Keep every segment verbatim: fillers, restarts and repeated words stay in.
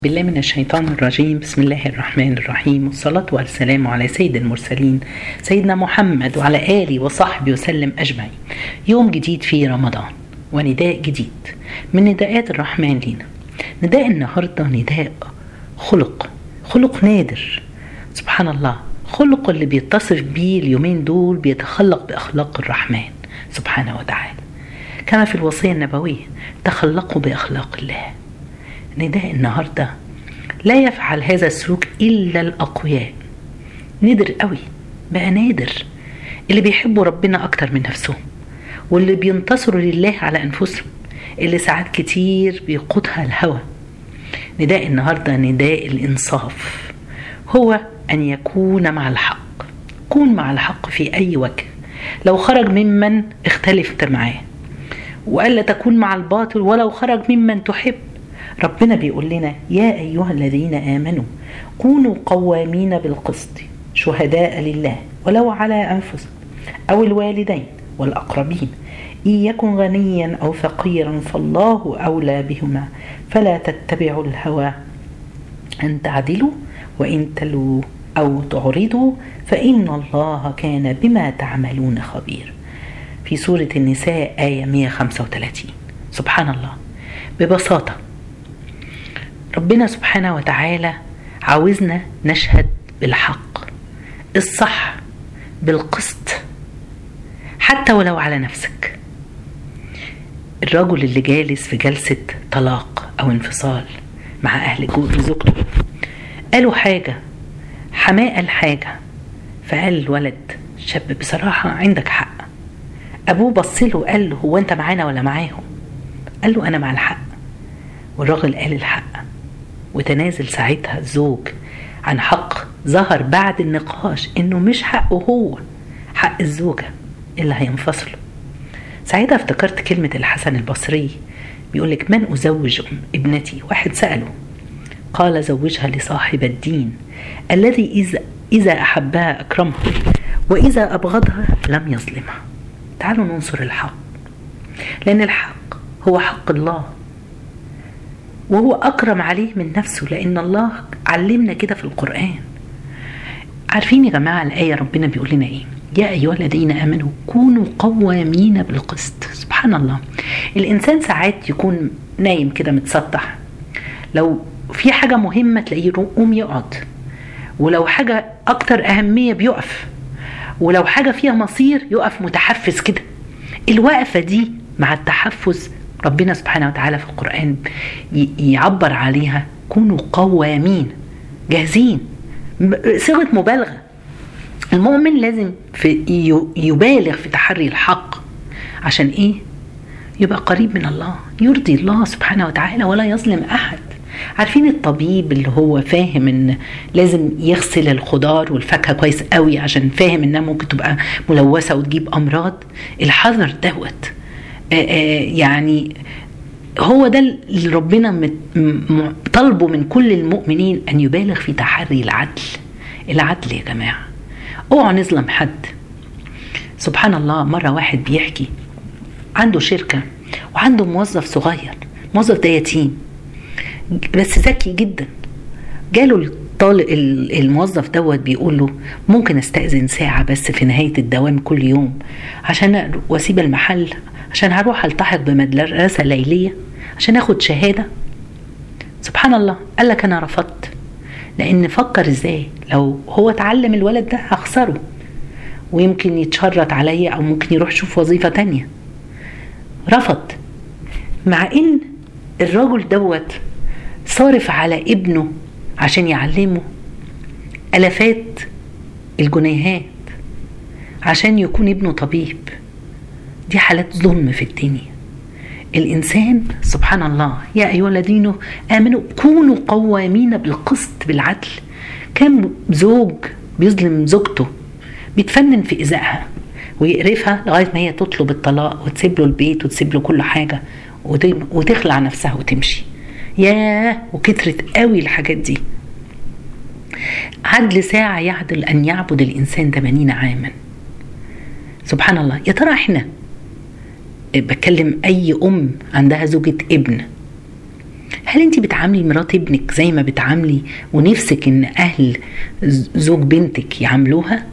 بالله من الشيطان الرجيم. بسم الله الرحمن الرحيم، والصلاة والسلام على سيد المرسلين سيدنا محمد وعلى آله وصحبه وسلم أجمعين. يوم جديد في رمضان ونداء جديد من نداءات الرحمن لنا. نداء النهاردة نداء خلق خلق نادر، سبحان الله. خلق اللي بيتصف بيه اليومين دول بيتخلق بأخلاق الرحمن سبحانه وتعالى، كما في الوصية النبوية: تخلقوا بأخلاق الله. نداء النهاردة: لا يفعل هذا السلوك إلا الأقوياء. نادر قوي، بقى نادر اللي بيحبوا ربنا أكتر من نفسهم، واللي بينتصروا لله على أنفسهم، اللي ساعات كتير بيقودها الهوى. نداء النهاردة نداء الإنصاف، هو أن يكون مع الحق. كون مع الحق في أي وجه، لو خرج ممن اختلفت معاه، وألا تكون مع الباطل ولو خرج ممن تحب. ربنا بيقول لنا: يا أيها الذين آمنوا كونوا قوامين بالقسط شهداء لله ولو على أنفسكم أو الوالدين والأقربين إن يكن غنيا أو فقيرا فالله أولى بهما فلا تتبعوا الهوى أن تعدلوا وإن تلوا أو تعرضوا فإن الله كان بما تعملون خبير. في سورة النساء آية مئة وخمسة وثلاثين. سبحان الله. ببساطة ربنا سبحانه وتعالى عاوزنا نشهد بالحق الصح بالقسط، حتى ولو على نفسك. الرجل اللي جالس في جلسة طلاق أو انفصال مع أهل زوجته، قالوا حاجة، حماة قال حاجة، فقال الولد شاب: بصراحة عندك حق. أبوه بصله قال له: هو أنت معانا ولا معاهم؟ قال له: أنا مع الحق. والراجل قال الحق، وتنازل ساعتها الزوج عن حق ظهر بعد النقاش انه مش حقه هو، حق الزوجة اللي هينفصلوا. ساعتها افتكرت كلمة الحسن البصري بيقولك: من أزوج ابنتي؟ واحد سأله، قال: زوجها لصاحب الدين الذي إذا, إذا أحبها أكرمها وإذا أبغضها لم يظلمها. تعالوا ننصر الحق، لأن الحق هو حق الله، وهو أكرم عليه من نفسه، لأن الله علمنا كده في القرآن. عارفين يا جماعة الآية ربنا بيقول لنا إيه؟ يا أيها الذين آمنوا كونوا قوامين بالقسط. سبحان الله. الإنسان ساعات يكون نايم كده متسطح، لو في حاجة مهمة تلاقيه يقوم يقعد، ولو حاجة أكتر أهمية بيقف، ولو حاجة فيها مصير يقف متحفز كده. الوقفة دي مع التحفز ربنا سبحانه وتعالى في القرآن يعبر عليها: كونوا قوامين، جاهزين، صيغة مبالغة. المؤمن لازم في يبالغ في تحري الحق. عشان ايه؟ يبقى قريب من الله، يرضي الله سبحانه وتعالى ولا يظلم أحد. عارفين الطبيب اللي هو فاهم ان لازم يغسل الخضار والفاكهة كويس قوي عشان فاهم انها ممكن تبقى ملوثة وتجيب أمراض؟ الحذر دوت يعني هو ده اللي ربنا طلبه من كل المؤمنين، أن يبالغ في تحري العدل. العدل يا جماعة، اوعوا نظلم حد. سبحان الله. مرة واحد بيحكي عنده شركة وعنده موظف صغير، موظف ده يتيم بس ذكي جدا. جاله الطالب الموظف دوت بيقول له: ممكن استأذن ساعة بس في نهاية الدوام كل يوم عشان واسيب المحل، عشان هروح التحق بمدرسة ليلية عشان اخد شهادة؟ سبحان الله. قال لك: انا رفضت، لان فكر ازاي لو هو اتعلم الولد ده هخسره ويمكن يتشرط عليا او ممكن يروح يشوف وظيفة تانية. رفض، مع ان الرجل دوت صارف على ابنه عشان يعلمه الافات الجنيهات عشان يكون ابنه طبيب. دي حالات ظلم في الدنيا. الإنسان سبحان الله. يا أيها الذين آمنوا كونوا قوامين بالقسط بالعدل. كم زوج بيظلم زوجته، بيتفنن في إزائها ويقرفها لغاية ما هي تطلب الطلاق وتسيب له البيت وتسيب له كل حاجة وتخلع نفسها وتمشي. ياه، وكترت قوي الحاجات دي. عدل ساعة يعدل أن يعبد الإنسان ثمانين عاما. سبحان الله. يا ترى احنا، بكلم أي أم عندها زوجة ابن، هل انت بتعاملي بتعاملي مرات ابنك زي ما بتعاملي ونفسك ان اهل زوج بنتك يعاملوها؟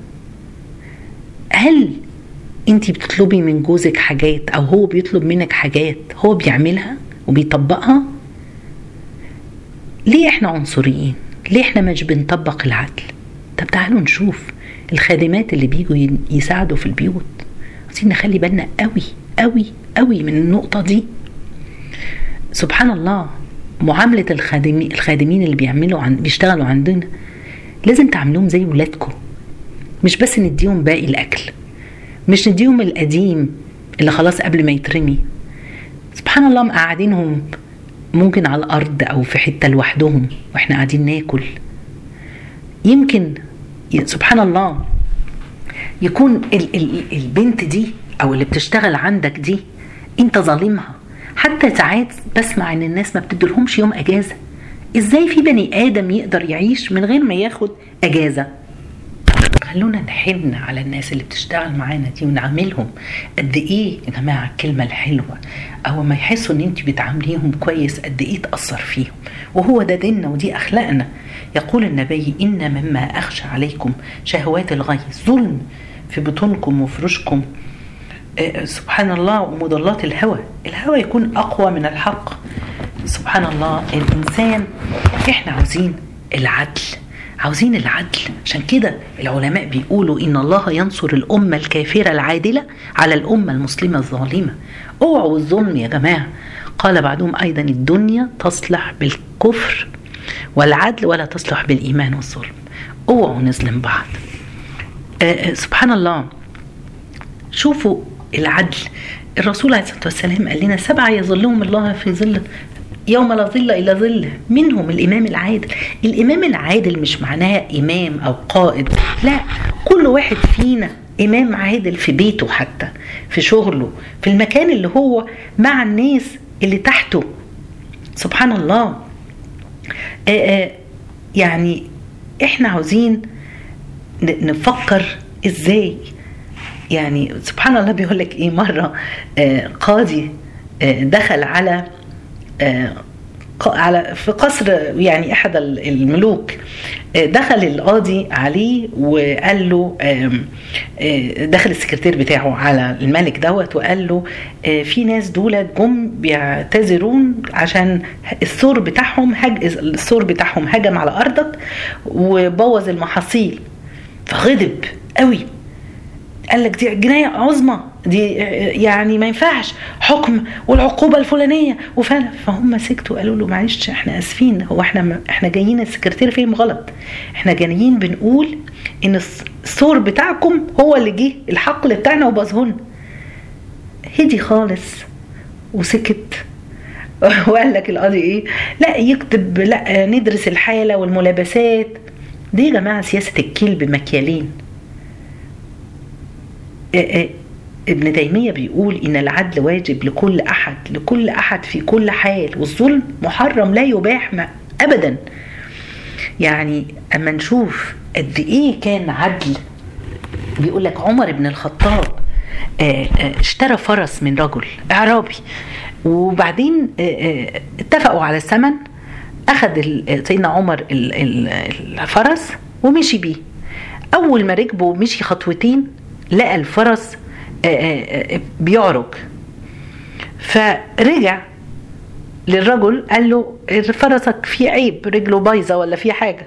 هل انتي بتطلبي من جوزك حاجات او هو بيطلب منك حاجات هو بيعملها وبيطبقها؟ ليه احنا عنصريين؟ ليه احنا مش بنطبق العدل؟ طب تعالوا نشوف الخادمات اللي بيجوا يساعدوا في البيوت. عايزين نخلي بالنا قوي قوي قوي من النقطة دي. سبحان الله، معاملة الخادمين الخادمين اللي بيعملوا عن بيشتغلوا عندنا لازم تعملوهم زي ولادكم. مش بس نديهم باقي الأكل، مش نديهم القديم اللي خلاص قبل ما يترمي. سبحان الله، مقعدينهم ممكن على الأرض أو في حتة لوحدهم وإحنا قاعدين ناكل. يمكن سبحان الله يكون ال ال البنت دي أو اللي بتشتغل عندك دي أنت ظالمها. حتى ساعات بسمع إن الناس ما بتدلهمش يوم أجازة. إزاي في بني آدم يقدر يعيش من غير ما ياخد أجازة؟ خلونا نحن على الناس اللي بتشتغل معانا دي ونعملهم قد ايه يا جماعه الكلمه الحلوه، او ما يحسوا ان انت بتعامليهم كويس قد ايه تاثر فيهم. وهو ده ديننا ودي اخلاقنا. يقول النبي: ان مما اخشى عليكم شهوات الغي، ظلم في بطونكم وفرشكم، آه سبحان الله، ومضلات الهوى. الهوى يكون اقوى من الحق. سبحان الله، الانسان احنا عاوزين العدل، عاوزين العدل. عشان كده العلماء بيقولوا إن الله ينصر الأمة الكافرة العادلة على الأمة المسلمة الظالمة. اوعوا الظلم يا جماعة. قال بعضهم أيضا: الدنيا تصلح بالكفر والعدل ولا تصلح بالإيمان والظلم. اوعوا نظلم بعض. آه سبحان الله، شوفوا العدل. الرسول عليه الصلاة والسلام قال لنا: سبعة يظلهم الله في ظل يوم لا ظل إلا ظله، منهم الإمام العادل. الإمام العادل مش معناها إمام أو قائد، لا، كل واحد فينا إمام عادل في بيته، حتى في شغله، في المكان اللي هو مع الناس اللي تحته. سبحان الله. آآ آآ يعني إحنا عاوزين نفكر إزاي. يعني سبحان الله، بيقول لك إيه، مرة قاضي دخل على على في قصر يعني احد الملوك. دخل القاضي عليه وقال له، دخل السكرتير بتاعه على الملك دوت وقال له: في ناس دول جم بيعتذرون عشان الثور بتاعهم هج الثور بتاعهم هجم على ارضك وبوظ المحاصيل. فغضب قوي، قال لك: دي جناية عظمى، دي يعني ما ينفعش حكم والعقوبة الفلانية وفعلا. فهم سكتوا، قالوا له: معلش احنا اسفين، هو احنا احنا جايين السكرتير فيهم غلط، احنا جايين بنقول ان الثور بتاعكم هو اللي جه الحقل بتاعنا وبظهن. هدي خالص وسكت. وقال لك القاضي ايه؟ لا يكتب، لا ندرس الحالة والملابسات. دي يا جماعة سياسة الكيل بمكيالين. ابن تيمية بيقول إن العدل واجب لكل أحد، لكل أحد في كل حال، والظلم محرم لا يباح أبدا. يعني أما نشوف قد إيه كان عدل. بيقول لك عمر بن الخطاب اشترى فرس من رجل اعرابي، وبعدين اتفقوا على الثمن. أخذ سيدنا عمر الفرس ومشي بيه. أول ما ركبه مشي خطوتين لقى الفرس بيعرج، فرجع للرجل قال له: فرسك فيه عيب، رجله بايظه ولا فيه حاجه،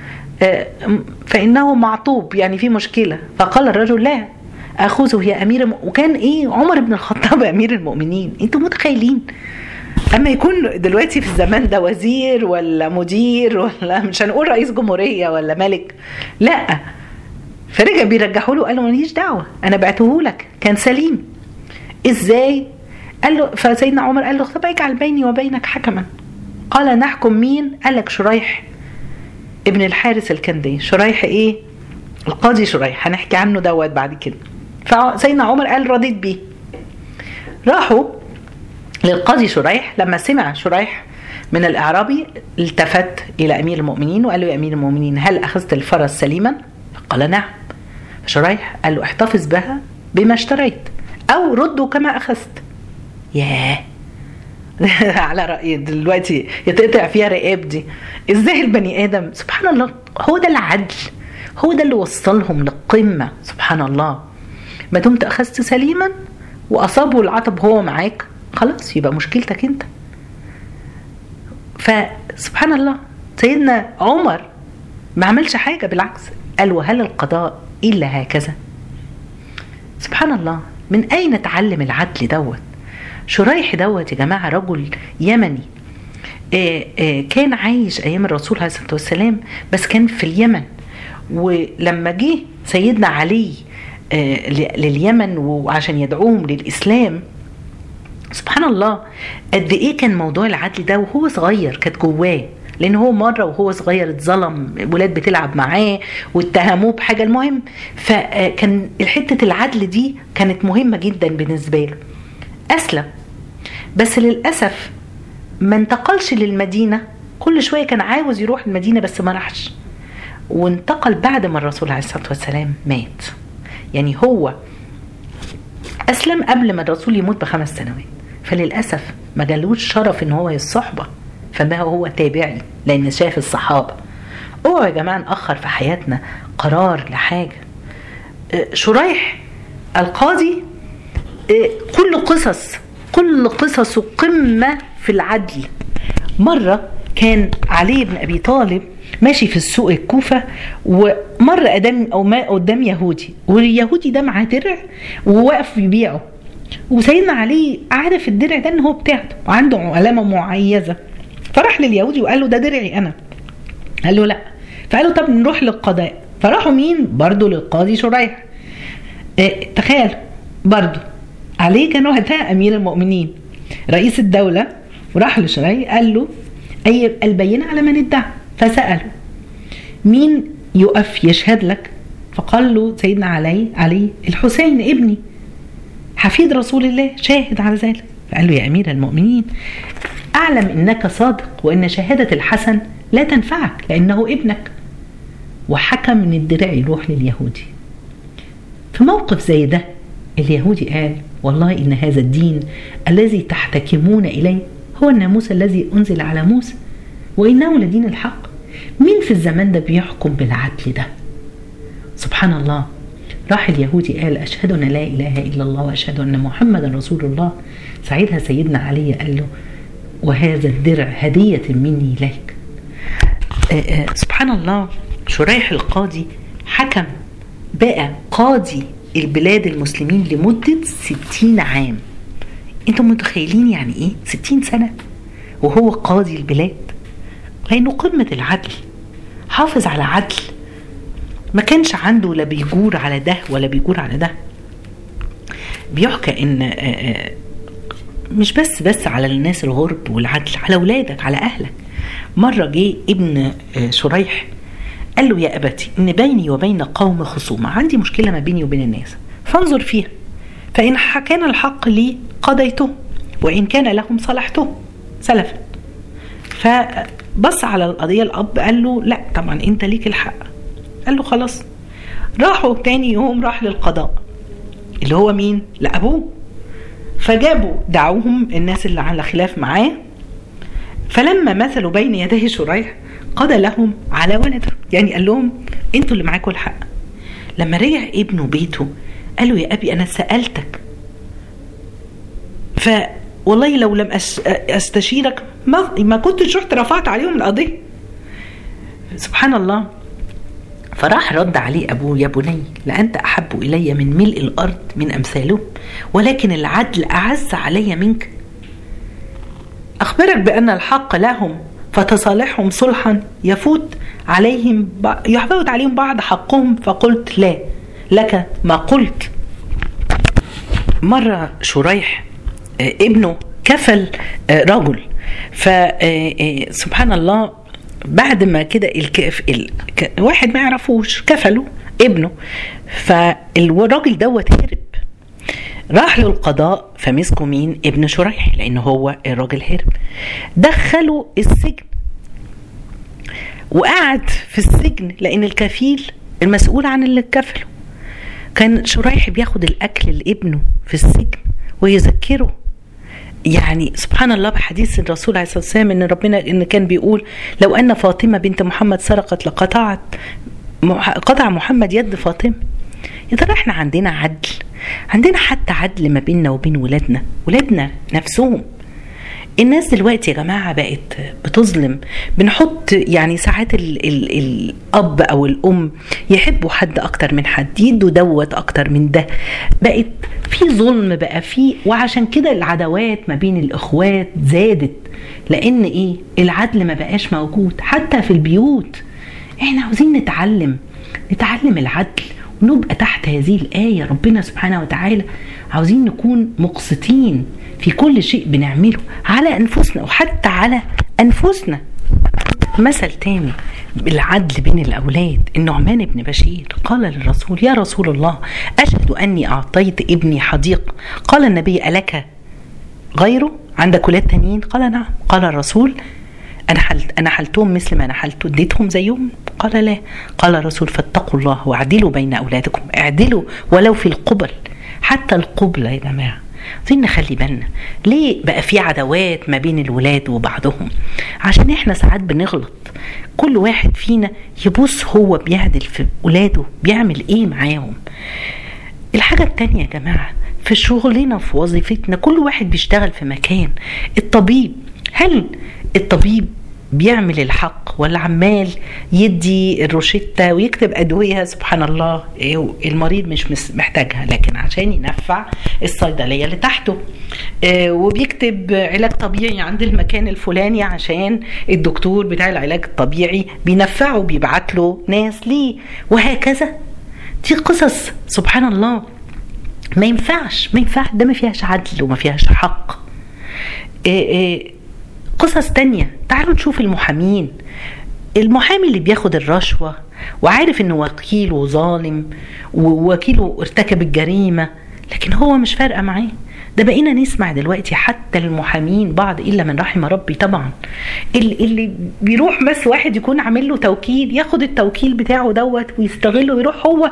فانه معطوب، يعني فيه مشكله. فقال الرجل: لا اخذه يا امير الم... وكان ايه عمر بن الخطاب امير المؤمنين. انتوا متخيلين اما يكون دلوقتي في الزمان ده وزير ولا مدير ولا مش هنقول رئيس جمهوريه ولا ملك، لا. فرجع بيرجحوا له، قال له: ماليش دعوه، انا بعته لك كان سليم. ازاي؟ قال له، فسيدنا عمر قال له: طب اجعل بيني وبينك حكما. قال: نحكم مين؟ قال لك: شريح ابن الحارث الكندي. شريح ايه؟ القاضي شريح، هنحكي عنه دوت بعد كده. فسيدنا عمر قال: رضيت بيه. راحوا للقاضي شريح. لما سمع شريح من الاعرابي التفت الى امير المؤمنين وقال له: يا امير المؤمنين، هل اخذت الفرس سليما؟ قال: نعم. شريح قال له: احتفظ بها بما اشتريت او رده كما اخذت. ياه، على رأي دلوقتي يتقطع فيها رقاب دي. ازاي البني ادم سبحان الله، هو ده العدل، هو ده اللي وصلهم للقمة سبحان الله. ما دمت اخذت سليما واصابه العطب هو معاك، خلاص يبقى مشكلتك انت. فسبحان الله سيدنا عمر ما عملش حاجة، بالعكس قال وهل القضاء إلا هكذا. سبحان الله، من أين تعلم العدل دوت؟ شريح دوت يا جماعة رجل يمني، آآ آآ كان عايش أيام الرسول عليه الصلاة والسلام، بس كان في اليمن. ولما جه سيدنا علي لليمن وعشان يدعوهم للإسلام، سبحان الله قد ايه كان موضوع العدل ده وهو صغير كانت جواه، لان هو مره وهو صغير اتظلم، ولاد بتلعب معاه واتهموه بحاجه. المهم فكان حته العدل دي كانت مهمه جدا بالنسبه له. اسلم، بس للاسف ما انتقلش للمدينه، كل شويه كان عاوز يروح المدينه بس ما راحش، وانتقل بعد ما الرسول عليه الصلاه والسلام مات. يعني هو اسلم قبل ما الرسول يموت بخمس سنوات، فللاسف ما جالوش شرف ان هو الصحبه، فما هو تابعي لان شاف الصحابه. اوعوا يا جماعه ناخر في حياتنا قرار لحاجه. شريح القاضي كل قصص كل قصص قمه في العدل. مره كان علي بن ابي طالب ماشي في السوق الكوفه، ومر قدام او ما قدام يهودي، واليهودي ده معاه درع وواقف يبيعه، وسيدنا علي عارف الدرع ده ان هو بتاعته وعنده علامه معيزه، فراح لليهودي وقال له ده درعي انا. قال له لا، فقال له طب نروح للقضاء. فراحوا مين؟ برضه للقاضي شريح. اه تخيل برضه علي كان وقتها امير المؤمنين رئيس الدوله، وراح لشريح قال له اي البينه على من ادعى. فسأله مين يقف يشهد لك؟ فقال له سيدنا علي علي الحسين ابني حفيد رسول الله شاهد على ذلك. فقال له يا أمير المؤمنين أعلم إنك صادق، وإن شهادة الحسن لا تنفعك لأنه ابنك. وحكم من الدرع يروح لليهودي. في موقف زي ده اليهودي قال والله إن هذا الدين الذي تحتكمون إليه هو الناموس الذي أنزل على موسى، وإنه لدين الحق. مين في الزمان ده بيحكم بالعدل ده؟ سبحان الله. راح اليهودي قال أشهد أن لا إله إلا الله وأشهد أن محمد رسول الله. ساعتها سيدنا علي قال له وهذا الدرع هدية مني إليك. آآ آآ سبحان الله. شريح القاضي حكم بقى قاضي البلاد المسلمين لمدة ستين عام. انتم متخيلين يعني ايه ستين سنة وهو قاضي البلاد؟ لأنه قمة العدل، حافظ على عدل، ما كانش عنده لا بيجور على ده ولا بيجور على ده. بيحكى ان مش بس بس على الناس الغرب والعدل، على أولادك على أهلك. مرة جه ابن شريح قال له يا أبتي إن بيني وبين قوم خصومة، عندي مشكلة ما بيني وبين الناس، فانظر فيها، فإن كان الحق لي قضيته وإن كان لهم صلحته سلفا. فبص على القضية الأب قال له لا طبعا أنت ليك الحق. قال له خلاص. راحوا تاني يوم راح للقضاء اللي هو مين؟ لأبوه. فجابوا دعوهم الناس اللي على خلاف معاه، فلما مثلوا بين يديه شريح قضى لهم على ولده، يعني قال لهم انتوا اللي معاكم الحق. لما رجع ابنه بيته قال له يا أبي أنا سألتك، فوالله لو لم أستشيرك ما, ما كنتش رحت رفعت عليهم القضية. سبحان الله. فراح رد عليه أبوه يا بني لأنت أحب إلي من ملء الأرض من أمثاله، ولكن العدل أعز علي منك. أخبرك بأن الحق لهم فتصالحهم صلحا يفوت عليهم يحفظ عليهم بعض حقهم. فقلت لا لك ما قلت. مرة شريح ابنه كفل رجل، فسبحان الله بعد ما كده الكف الك... واحد ما يعرفوش كفله ابنه، فالراجل دوت هرب، راح له القضاء فمسكوا مين؟ ابن شريح، لأنه هو الراجل هرب. دخلوا السجن وقعد في السجن لأن الكفيل المسؤول عن اللي كفله. كان شريح بياخد الأكل لابنه في السجن ويذكره يعني سبحان الله بحديث الرسول عليه الصلاة والسلام ان ربنا ان كان بيقول لو ان فاطمة بنت محمد سرقت لقطعت قطع محمد يد فاطمة. يا ترى احنا عندنا عدل؟ عندنا حتى عدل ما بيننا وبين ولادنا ولادنا نفسهم؟ الناس دلوقتي يا جماعة بقت بتظلم. بنحط يعني ساعات ال ال الأب أو الأم يحبوا حد أكتر من حد، يدوا دوت أكتر من ده. بقت في ظلم بقى في، وعشان كده العداوات ما بين الإخوات زادت، لأن إيه؟ العدل ما بقاش موجود حتى في البيوت. إحنا عاوزين نتعلم نتعلم العدل ونبقى تحت هذه الآية. ربنا سبحانه وتعالى عاوزين نكون مقسطين في كل شيء بنعمله على أنفسنا وحتى على أنفسنا. مثل تاني بالعدل بين الأولاد، النعمان بن بشير قال للرسول: يا رسول الله أشهد أني أعطيت ابني حديق. قال النبي: ألك غيره؟ عندك ولاد تانيين؟ قال: نعم. قال الرسول: أنا حلت أنا حلتهم مثل ما أنا حلت، اديتهم زيهم؟ قال: لا. قال الرسول: فاتقوا الله واعدلوا بين أولادكم، اعدلوا ولو في القبل، حتى القبلة يا جماعة. عايزين نخلي بالنا ليه بقى في عداوات ما بين الولاد وبعضهم؟ عشان احنا ساعات بنغلط. كل واحد فينا يبص هو بيعدل في ولاده بيعمل ايه معاهم. الحاجة التانية يا جماعة، في شغلنا في وظيفتنا كل واحد بيشتغل في مكان. الطبيب، هل الطبيب بيعمل الحق ولا عمال يدي الروشتة ويكتب أدوية سبحان الله المريض مش محتاجها، لكن عشان ينفع الصيدلية اللي تحته، وبيكتب علاج طبيعي عند المكان الفلاني عشان الدكتور بتاع العلاج الطبيعي بينفعه بيبعت له ناس ليه، وهكذا. دي قصص سبحان الله ما ينفعش ما ينفعش ده ما فيهاش عدل وما فيهاش حق. إيه إيه قصص تانية، تعالوا نشوف المحامين. المحامي اللي بياخد الرشوة وعارف انه وكيله ظالم ووكيله ارتكب الجريمة، لكن هو مش فارقة معاه. ده بقينا نسمع دلوقتي حتى المحامين بعض إلا من رحم ربي طبعا، اللي بيروح بس واحد يكون عامل له توكيل ياخد التوكيل بتاعه دوت ويستغله، ويروح هو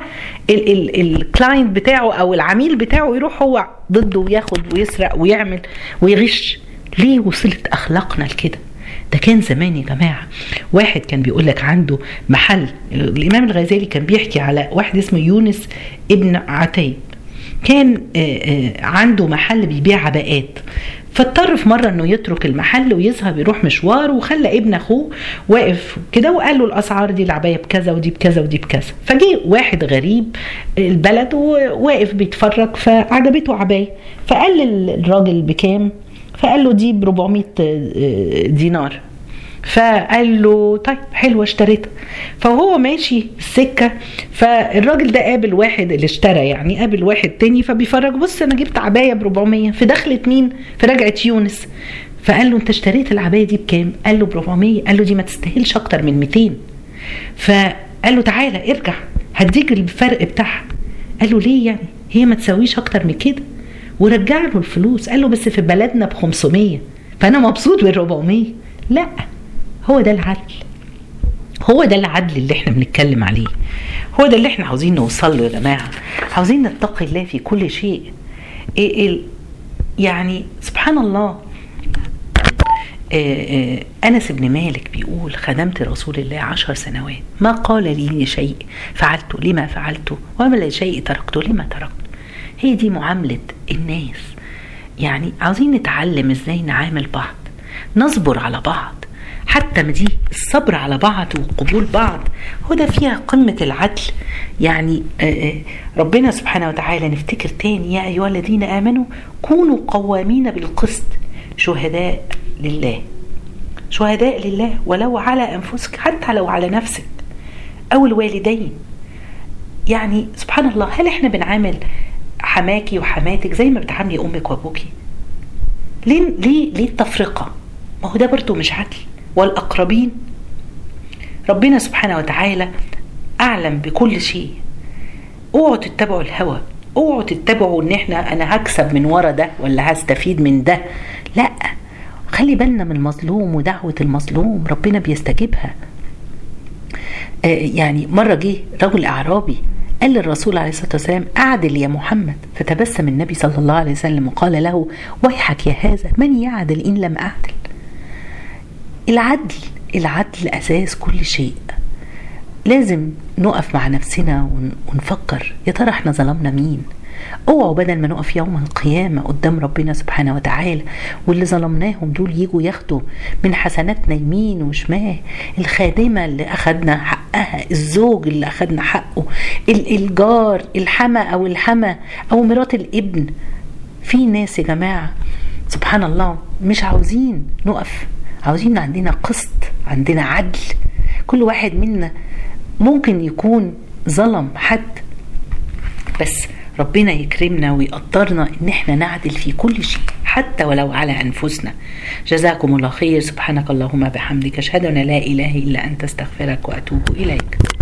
الكلاينت بتاعه أو العميل بتاعه يروح هو ضده وياخد ويسرق ويعمل ويغش. ليه وصلت أخلاقنا لكده؟ ده كان زمان يا جماعة. واحد كان بيقول لك عنده محل، الإمام الغزالي كان بيحكي على واحد اسمه يونس ابن عتيب، كان عنده محل بيبيع عباءات، فاضطر في مرة انه يترك المحل ويذهب يروح مشوار، وخلى ابن اخوه واقف كده وقال له الاسعار دي العباية بكذا ودي بكذا ودي بكذا. فجي واحد غريب البلد وواقف بيتفرج فعجبته عباية، فقال للراجل بكام؟ فقال له دي بربعمية دينار. فقال له طيب حلوة اشتريتها. فهو ماشي السكة، فالراجل ده قابل واحد اللي اشترى يعني قابل واحد تاني فبيفرج، بص انا جبت عباية بربعمية. في دخلت مين؟ في رجعة يونس. فقال له انت اشتريت العباية دي بكام؟ قال له بربعمية. قال له دي ما تستاهلش اكتر من ميتين. فقال له تعالى ارجع هديك الفرق بتاعها. قال له ليه يعني؟ هي ما تساويش اكتر من كده. ورجع له الفلوس. قال له بس في بلدنا بخمسمية فانا مبسوط بالربعمية. لا، هو ده العدل، هو ده العدل اللي احنا بنتكلم عليه، هو ده اللي احنا عاوزين نوصل له يا جماعة. عاوزين نتقي الله في كل شيء. إيه إيه يعني سبحان الله. إيه إيه أنس بن مالك بيقول خدمت رسول الله عشر سنوات ما قال لي شيء فعلته لما فعلته وما لشيء تركته لما تركته. هي دي معاملة الناس. يعني عاوزين نتعلم ازاي نعامل بعض، نصبر على بعض، حتى ما دي الصبر على بعض وقبول بعض هو ده فيها قمة العدل. يعني ربنا سبحانه وتعالى نفتكر تاني يا أيها الذين آمنوا كونوا قوامين بالقسط شهداء لله، شهداء لله ولو على أنفسك، حتى لو على نفسك أو الوالدين. يعني سبحان الله، هل احنا بنعامل حماكي وحماتك زي ما بتعاملي أمك وأبوكي؟ ليه ليه ليه التفرقة؟ ما هو ده برضو مش عدل. والأقربين ربنا سبحانه وتعالى أعلم بكل شيء. اوعوا تتبعوا الهوى، اوعوا تتبعوا ان احنا انا هكسب من ورا ده ولا هستفيد من ده. لا، خلي بالنا من المظلوم، ودعوة المظلوم ربنا بيستجيبها. آه يعني مرة جه رجل أعرابي قال للرسول عليه الصلاة والسلام أعدل يا محمد، فتبسم النبي صلى الله عليه وسلم وقال له ويحك يا هذا، من يعدل إن لم أعدل؟ العدل العدل أساس كل شيء. لازم نقف مع نفسنا ونفكر يا ترى احنا ظلمنا مين. اوعوا بدل ما نقف يوم القيامة قدام ربنا سبحانه وتعالى واللي ظلمناهم دول يجوا ياخدوا من حسناتنا يمين وشمال، الخادمة اللي أخدنا حقها، الزوج اللي أخدنا حقه، الجار، الحما أو الحما أو مرات الابن. في ناس يا جماعة سبحان الله مش عاوزين نقف، عاوزين عندنا قسط، عندنا عدل. كل واحد منا ممكن يكون ظلم حد، بس ربنا يكرمنا ويقدرنا ان احنا نعدل في كل شيء حتى ولو على انفسنا. جزاكم الله خير. سبحانك اللهم بحمدك اشهد ان لا اله الا انت استغفرك واتوب اليك.